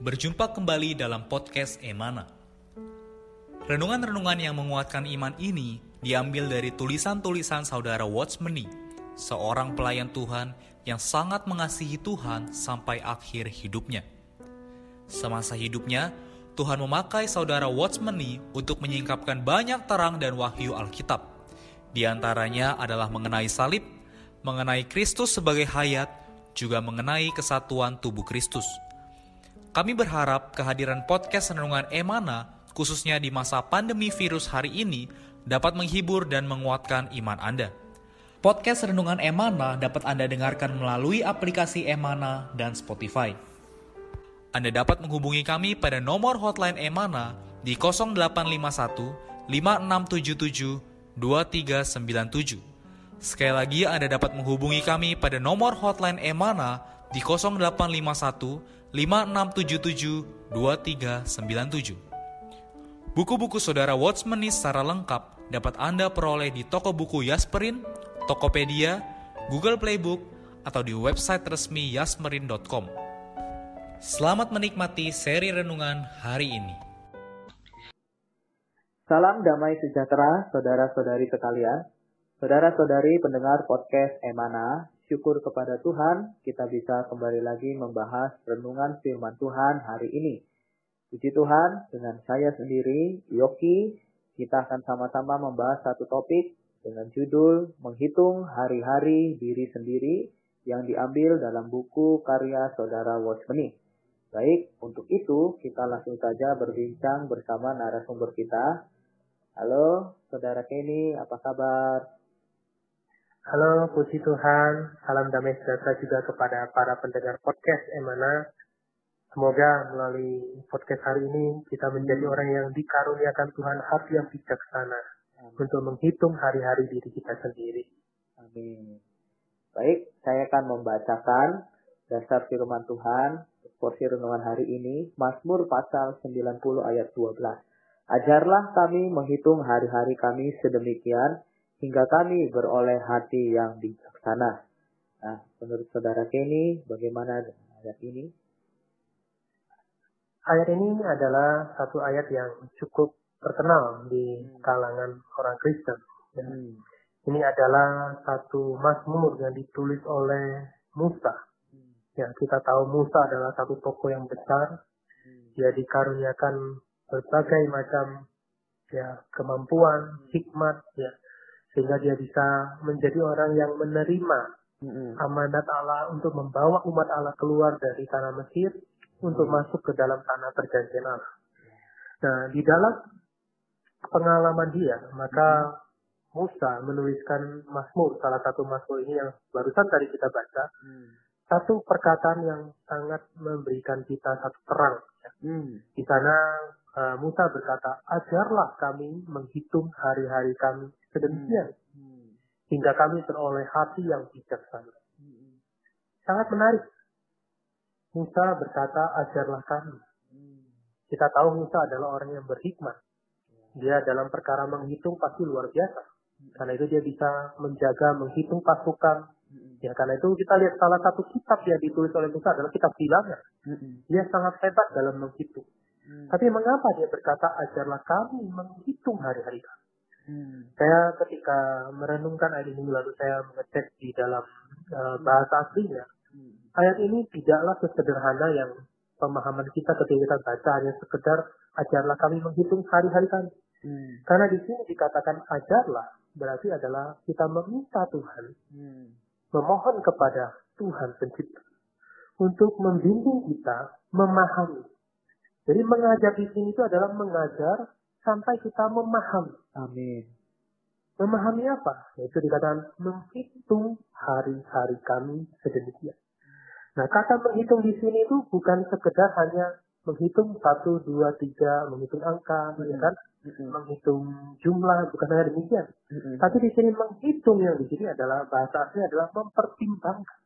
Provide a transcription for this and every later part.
Berjumpa kembali dalam podcast Emana. Renungan-renungan yang menguatkan iman ini diambil dari tulisan-tulisan saudara Watchmeni, seorang pelayan Tuhan yang sangat mengasihi Tuhan sampai akhir hidupnya. Semasa hidupnya, Tuhan memakai saudara Watchmeni untuk menyingkapkan banyak terang dan wahyu Alkitab. Di antaranya adalah mengenai salib, mengenai Kristus sebagai hayat, juga mengenai kesatuan tubuh Kristus. Kami berharap kehadiran podcast Renungan Emana, khususnya di masa pandemi virus hari ini, dapat menghibur dan menguatkan iman Anda. Podcast Renungan Emana dapat Anda dengarkan melalui aplikasi Emana dan Spotify. Anda dapat menghubungi kami pada nomor hotline Emana di 0851 5677 2397. Sekali lagi Anda dapat menghubungi kami pada nomor hotline Emana di 0851 5677 2397. Buku-buku saudara Watchmeni secara lengkap dapat Anda peroleh di toko buku Yasmerin, Tokopedia, Google Playbook, atau di website resmi yasmerin.com. Selamat menikmati seri renungan hari ini. Salam damai sejahtera saudara-saudari sekalian. Saudara-saudari pendengar podcast Emana, syukur kepada Tuhan kita bisa kembali lagi membahas renungan firman Tuhan hari ini. Puji Tuhan, dengan saya sendiri, Yoki, kita akan sama-sama membahas satu topik dengan judul Menghitung Hari-Hari Diri Sendiri yang diambil dalam buku karya saudara Watchmeni. Baik, untuk itu kita langsung saja berbincang bersama narasumber kita. Halo, saudara Kenny, apa kabar? Halo, puji Tuhan. Salam damai sejahtera juga kepada para pendengar podcast Emana. Semoga melalui podcast hari ini kita menjadi orang yang dikaruniakan Tuhan hati yang bijaksana untuk menghitung hari-hari diri kita sendiri. Amin. Baik, saya akan membacakan dasar firman Tuhan porsi renungan hari ini, Mazmur pasal 90 ayat 12. Ajarlah kami menghitung hari-hari kami sedemikian hingga kami beroleh hati yang bijaksana. Nah, menurut saudara Kenny, bagaimana ayat ini? Ayat ini adalah satu ayat yang cukup terkenal di kalangan orang Kristen. Ya. Ini adalah satu mazmur yang ditulis oleh Musa. Ya, kita tahu Musa adalah satu tokoh yang besar. Dia dikaruniakan berbagai macam ya kemampuan, hikmat, ya, sehingga dia bisa menjadi orang yang menerima amanat Allah untuk membawa umat Allah keluar dari tanah Mesir untuk masuk ke dalam tanah perjanjian Allah. Nah, di dalam pengalaman dia, maka Musa menuliskan Mazmur, salah satu Mazmur ini yang barusan tadi kita baca, satu perkataan yang sangat memberikan kita satu terang. Ya. Di sana Musa berkata, ajarlah kami menghitung hari-hari kami sedemikian hingga kami beroleh hati yang bijaksana. Sangat menarik. Musa berkata, ajarlah kami. Kita tahu Musa adalah orang yang berhikmat. Dia dalam perkara menghitung pasti luar biasa. Karena itu dia bisa menjaga, menghitung pasukan. Ya, karena itu kita lihat salah satu kitab yang ditulis oleh Musa adalah kitab Bilangan. Dia sangat hebat dalam menghitung. Tapi mengapa dia berkata, ajarlah kami menghitung hari-hari kami. Saya ketika merenungkan ayat ini, lalu saya mengecek di dalam bahasa aslinya. Ayat ini tidaklah sesederhana yang pemahaman kita ketika kita baca hanya sekedar ajarlah kami menghitung hari-hari kami. Karena di sini dikatakan ajarlah, berarti adalah kita meminta Tuhan, memohon kepada Tuhan pencipta untuk membimbing kita memahami. Jadi mengajar di sini itu adalah mengajar sampai kita memahami. Amin. Memahami apa? Yaitu dikatakan menghitung hari-hari kami sedemikian. Nah, kata menghitung di sini itu bukan sekedar hanya menghitung 1, 2, 3, menghitung angka, ya kan? Menghitung jumlah, bukan hanya demikian. Tapi di sini menghitung yang di sini adalah bahasa aslinya adalah mempertimbangkan,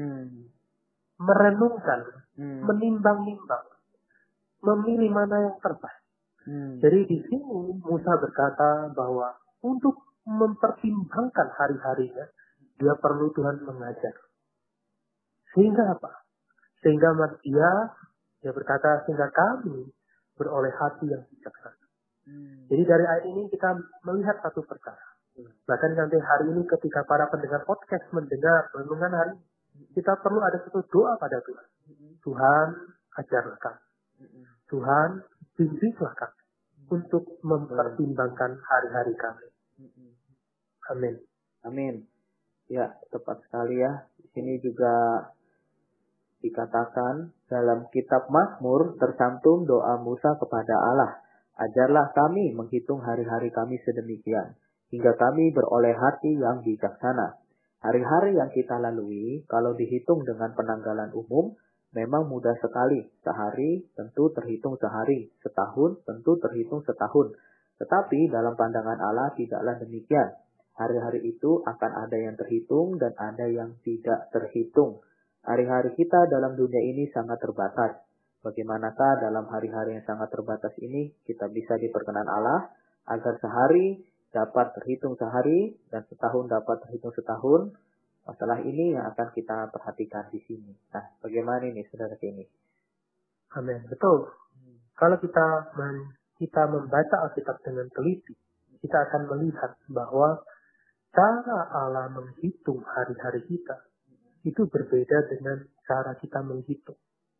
merenungkan, menimbang-nimbang, memilih mana yang terbaik. Jadi di sini Musa berkata bahwa untuk mempertimbangkan hari-harinya, dia perlu Tuhan mengajar. Sehingga apa? Sehingga dia Dia berkata, sehingga kami beroleh hati yang bijaksana. Jadi dari ayat ini kita melihat satu perkara. Bahkan sampai hari ini ketika para pendengar podcast mendengar renungan hari ini, kita perlu ada satu doa pada Tuhan. Tuhan, ajarlah kami. Tuhan, bimbinglah kami untuk mempertimbangkan hari-hari kami. Amin. Amin. Ya, tepat sekali ya. Di sini juga dikatakan dalam kitab Mazmur tercantum doa Musa kepada Allah. Ajarlah kami menghitung hari-hari kami sedemikian, hingga kami beroleh hati yang bijaksana. Hari-hari yang kita lalui, kalau dihitung dengan penanggalan umum, memang mudah sekali. Sehari tentu terhitung sehari, setahun tentu terhitung setahun. Tetapi dalam pandangan Allah tidaklah demikian. Hari-hari itu akan ada yang terhitung dan ada yang tidak terhitung. Hari-hari kita dalam dunia ini sangat terbatas. Bagaimanakah dalam hari-hari yang sangat terbatas ini kita bisa diperkenan Allah agar sehari dapat terhitung sehari dan setahun dapat terhitung setahun? Masalah ini yang akan kita perhatikan di sini. Nah, bagaimana ini saudara ini? Amin. Betul. Kalau kita membaca Alkitab dengan teliti, kita akan melihat bahwa cara Allah menghitung hari-hari kita itu berbeda dengan cara kita menghitung.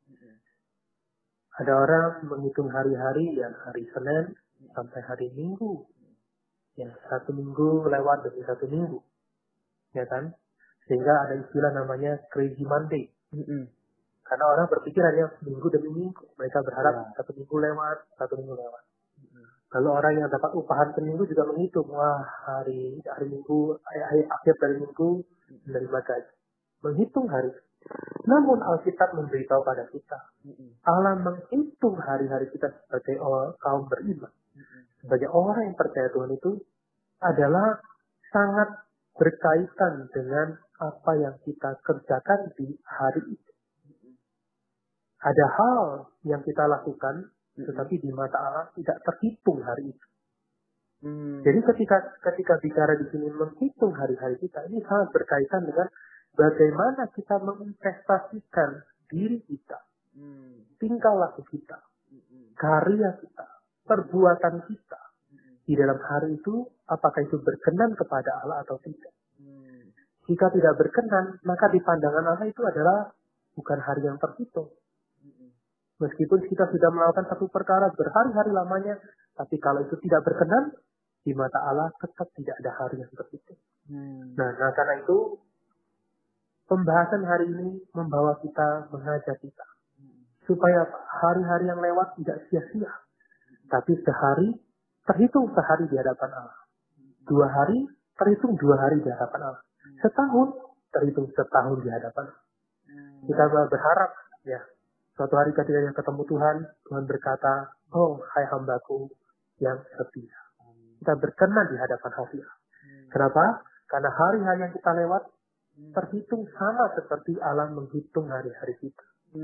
Ada orang menghitung hari-hari yang hari Senin sampai hari Minggu. Ya, satu minggu lewat demi satu minggu. Ya kan? Sehingga ada istilah namanya Crazy Monday. Karena orang berpikir hanya minggu demi minggu. Mereka berharap satu minggu lewat, satu minggu lewat. Lalu orang yang dapat upahan per minggu juga menghitung. Wah, hari minggu, akhir dari minggu, menerima gaji. Menghitung hari. Namun Alkitab memberitahu pada kita, Allah menghitung hari-hari kita sebagai kaum beriman, sebagai orang yang percaya Tuhan itu adalah sangat berkaitan dengan apa yang kita kerjakan di hari itu. Ada hal yang kita lakukan, tetapi di mata Allah tidak terhitung hari itu. Jadi ketika bicara di sini menghitung hari-hari kita, ini sangat berkaitan dengan bagaimana kita menginvestasikan diri kita, tingkah laku kita, karya kita, perbuatan kita di dalam hari itu, apakah itu berkenan kepada Allah atau tidak. Jika tidak berkenan, maka di pandangan Allah itu adalah bukan hari yang terhitung. Meskipun kita sudah melakukan satu perkara berhari-hari lamanya, tapi kalau itu tidak berkenan, di mata Allah tetap tidak ada hari yang terhitung. Nah, karena itu, pembahasan hari ini membawa kita, mengajak kita. Supaya hari-hari yang lewat tidak sia-sia. Tapi sehari, terhitung sehari di hadapan Allah. 2 hari, terhitung 2 hari di hadapan Allah. Setahun, terhitung setahun di hadapan Allah. Kita berharap, ya, suatu hari ketika kita ketemu Tuhan, Tuhan berkata, oh, hai hambaku yang setia. Kita berkenan di hadapan Allah. Kenapa? Karena hari-hari yang kita lewat, terhitung sama seperti Allah menghitung hari-hari kita.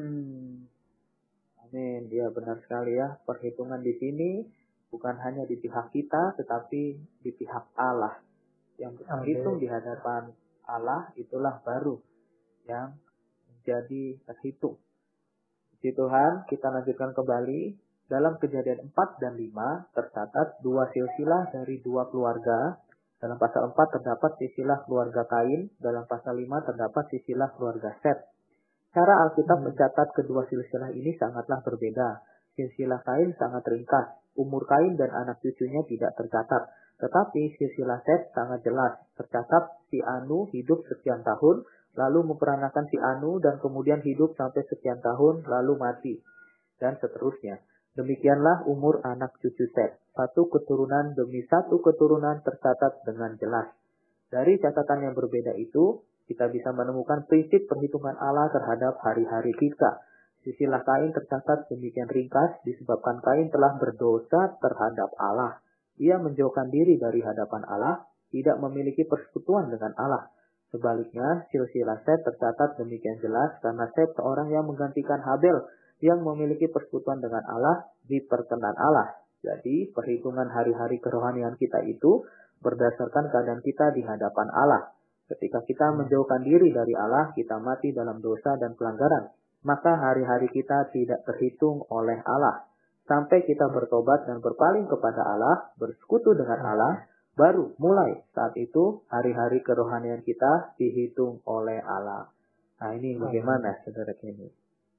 Amin. Ya, benar sekali ya. Perhitungan di sini bukan hanya di pihak kita, tetapi di pihak Allah. Yang terhitung di hadapan Allah itulah baru yang menjadi terhitung. Puji Tuhan, kita lanjutkan kembali. Dalam Kejadian 4 dan 5 tercatat 2 silsilah dari 2 keluarga. Dalam pasal 4 terdapat silsilah keluarga Kain, dalam pasal 5 terdapat silsilah keluarga Set. Cara Alkitab mencatat kedua silsilah ini sangatlah berbeda. Silsilah Kain sangat ringkas, umur Kain dan anak cucunya tidak tercatat. Tetapi silsilah Set sangat jelas, tercatat si Anu hidup sekian tahun, lalu memperanakan si Anu dan kemudian hidup sampai sekian tahun, lalu mati. Dan seterusnya. Demikianlah umur anak cucu Set. Satu keturunan demi satu keturunan tercatat dengan jelas. Dari catatan yang berbeda itu, kita bisa menemukan prinsip perhitungan Allah terhadap hari-hari kita. Silsilah Kain tercatat demikian ringkas disebabkan Kain telah berdosa terhadap Allah. Ia menjauhkan diri dari hadapan Allah, tidak memiliki persekutuan dengan Allah. Sebaliknya, silsilah Set tercatat demikian jelas karena Set seorang yang menggantikan Habel, yang memiliki persekutuan dengan Allah, diperkenan Allah. Jadi, perhitungan hari-hari kerohanian kita itu berdasarkan keadaan kita di hadapan Allah. Ketika kita menjauhkan diri dari Allah, kita mati dalam dosa dan pelanggaran. maka hari-hari kita tidak terhitung oleh Allah. Sampai kita bertobat dan berpaling kepada Allah, bersekutu dengan Allah, baru mulai saat itu hari-hari kerohanian kita dihitung oleh Allah. Nah, ini bagaimana saudara Kenny?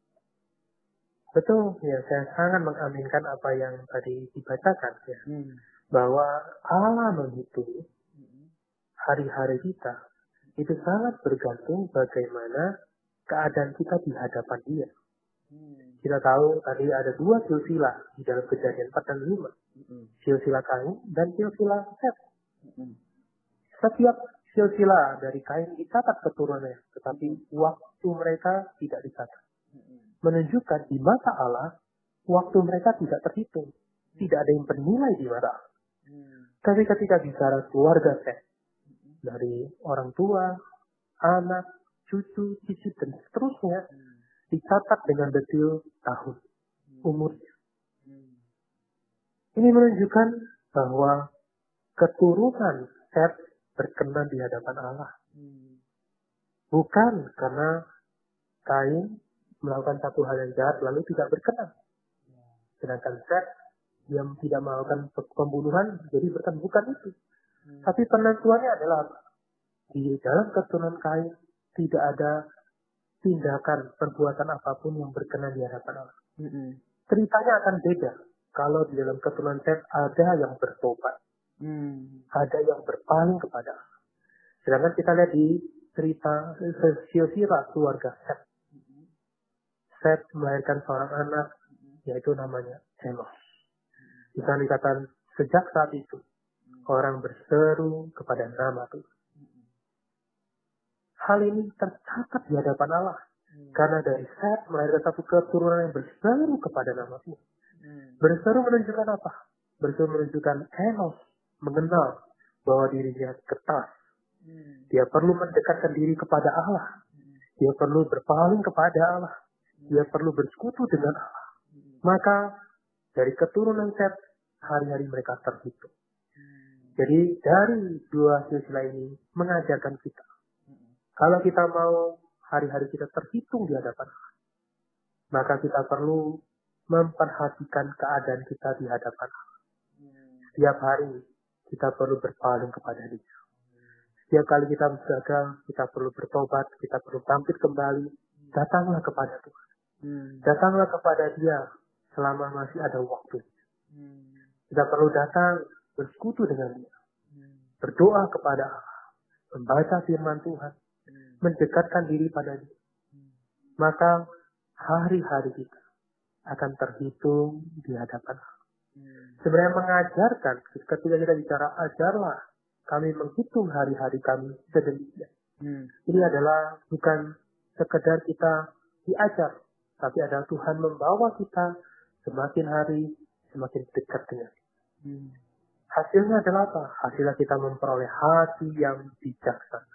Betul, ya saya sangat mengaminkan apa yang tadi dibacakan ya. Bahwa Allah menghitung hari-hari kita itu sangat bergantung bagaimana keadaan kita di hadapan Dia. Kita tahu tadi ada 2 silsilah di dalam Kejadian 4 dan 5. Silsilah Kain dan silsilah Set. Setiap silsilah dari Kain dicatat keturunannya, tetapi waktu mereka tidak dicatat. Menunjukkan di mata Allah, waktu mereka tidak terhitung. Tidak ada yang bernilai di mata Allah. Tapi ketika bicara keluarga Set, dari orang tua, anak, cucu, cicit, dan seterusnya, dicatat dengan detail tahun, umurnya. Ini menunjukkan bahwa keturunan Set berkenan di hadapan Allah. Bukan karena Kain melakukan satu hal yang jahat lalu tidak berkenan. Sedangkan Set yang tidak melakukan pembunuhan jadi berkenan. Bukan itu. Tapi penentuannya adalah apa? Di dalam keturunan Kain tidak ada tindakan perbuatan apapun yang berkenan di hadapan Allah. Ceritanya akan beda. Kalau di dalam keturunan Set ada yang bertobat. Ada yang berpaling kepada Allah. Sedangkan kita lihat di cerita silsilah keluarga Set. Set melahirkan seorang anak, yaitu namanya Enos. Di sana dikatakan, sejak saat itu, orang berseru kepada nama Tuhan. Hal ini tercatat di hadapan Allah. Karena dari Set melahirkan satu keturunan yang berseru kepada nama Tuhan. Berseru menunjukkan apa? Berseru menunjukkan Enos mengenal bahwa dirinya ketas. Dia perlu mendekatkan diri kepada Allah. Dia perlu berpaling kepada Allah. Dia perlu bersekutu dengan Allah. Maka dari keturunan Set, hari-hari mereka terhitung. Jadi dari 2 silsilah ini mengajarkan kita. Kalau kita mau hari-hari kita terhitung di hadapan Allah, maka kita perlu memperhatikan keadaan kita di hadapan Allah. Setiap hari kita perlu berpaling kepada Dia. Setiap kali kita gagal, kita perlu bertobat, kita perlu bangkit kembali. Datanglah kepada Tuhan. Datanglah kepada Dia selama masih ada waktu. Kita perlu datang bersekutu dengan Dia. Berdoa kepada Allah. Membaca firman Tuhan. Mendekatkan diri pada Dia. Maka hari-hari kita akan terhitung di hadapan Allah. Sebenarnya mengajarkan, ketika kita bicara ajarlah kami menghitung hari-hari kami sedemikian. Ini adalah bukan sekedar kita diajar, tapi adalah Tuhan membawa kita semakin hari semakin dekat dengan Dia. Hasilnya adalah apa? Hasilnya kita memperoleh hati yang bijaksana.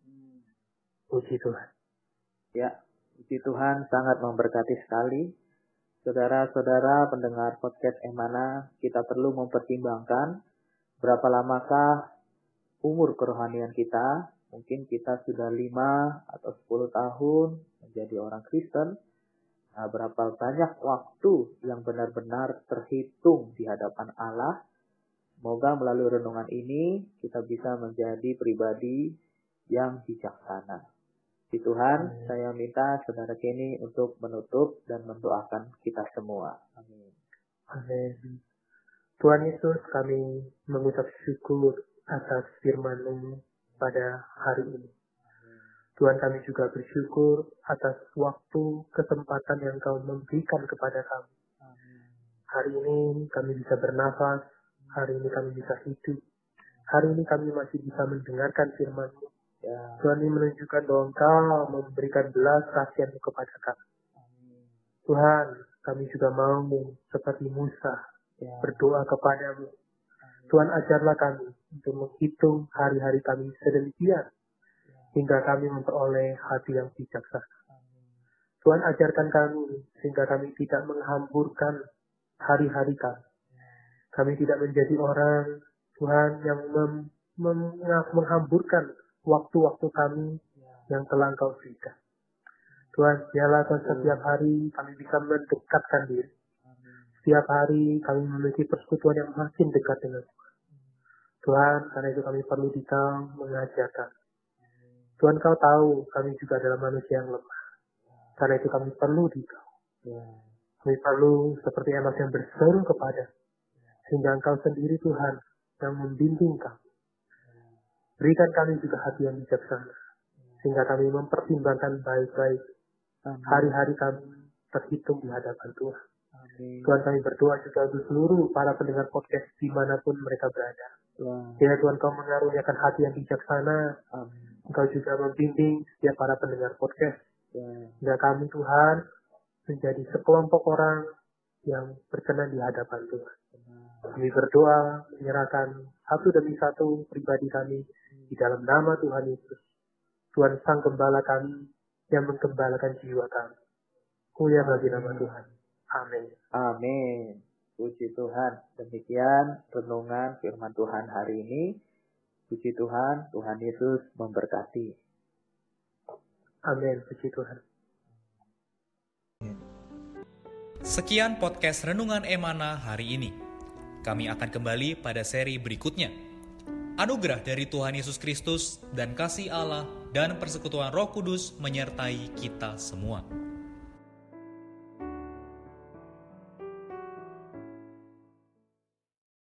Puji Tuhan. Ya, puji Tuhan sangat memberkati sekali. Saudara-saudara pendengar podcast Emana, kita perlu mempertimbangkan berapa lamakah umur kerohanian kita. Mungkin kita sudah 5 atau 10 tahun menjadi orang Kristen. Nah, berapa banyak waktu yang benar-benar terhitung di hadapan Allah. Semoga melalui renungan ini kita bisa menjadi pribadi yang bijaksana. Di Tuhan, saya minta saudara Kenny untuk menutup dan mendoakan kita semua. Amin. Amin. Tuhan Yesus, kami mengucap syukur atas firman-Mu pada hari ini. Tuhan, kami juga bersyukur atas waktu, kesempatan yang Kau memberikan kepada kami. Hari ini kami bisa bernafas, hari ini kami bisa hidup, hari ini kami masih bisa mendengarkan firman-Mu. Ya. Tuhan, ini menunjukkan bahwa Engkau memberikan belas kasihan-Mu kepada kami. Tuhan, kami juga mau seperti Musa berdoa kepadamu. Tuhan, ajarlah kami untuk menghitung hari-hari kami sedemikian hingga kami memperoleh hati yang bijaksana. Tuhan, ajarkan kami sehingga kami tidak menghamburkan hari-hari kami. Kami tidak menjadi orang, Tuhan, yang menghamburkan waktu-waktu kami yang telah Engkau berikan. Tuhan, biarlah Tuhan setiap hari kami bisa mendekatkan diri. Setiap hari kami memiliki persekutuan yang makin dekat dengan Tuhan. Tuhan, karena itu kami perlu Dikau mengajarkan. Tuhan, Kau tahu kami juga adalah manusia yang lemah. Karena itu kami perlu Dikau. Kami perlu seperti anak yang berseru kepada, sehingga Engkau sendiri Tuhan yang membimbing kami. Berikan kami juga hati yang bijaksana, sehingga kami mempertimbangkan baik-baik hari-hari kami terhitung di hadapan Tuhan. Tuhan, kami berdoa juga untuk seluruh para pendengar podcast dimanapun mereka berada. Ya Tuhan, Kau mengaruniakan hati yang bijaksana. Engkau juga membimbing setiap para pendengar podcast. Sehingga kami Tuhan menjadi sekelompok orang yang berkenan di hadapan Tuhan. Kami berdoa menyerahkan satu demi satu pribadi kami di dalam nama Tuhan Yesus. Tuhan Sang Gembala kami yang menggembalakan jiwa kami. Mulia bagi nama Tuhan. Amin. Amin. Puji Tuhan. Demikian renungan firman Tuhan hari ini. Puji Tuhan, Tuhan Yesus memberkati. Amin. Puji Tuhan. Sekian podcast Renungan Emana hari ini. Kami akan kembali pada seri berikutnya. Anugerah dari Tuhan Yesus Kristus dan kasih Allah dan persekutuan Roh Kudus menyertai kita semua.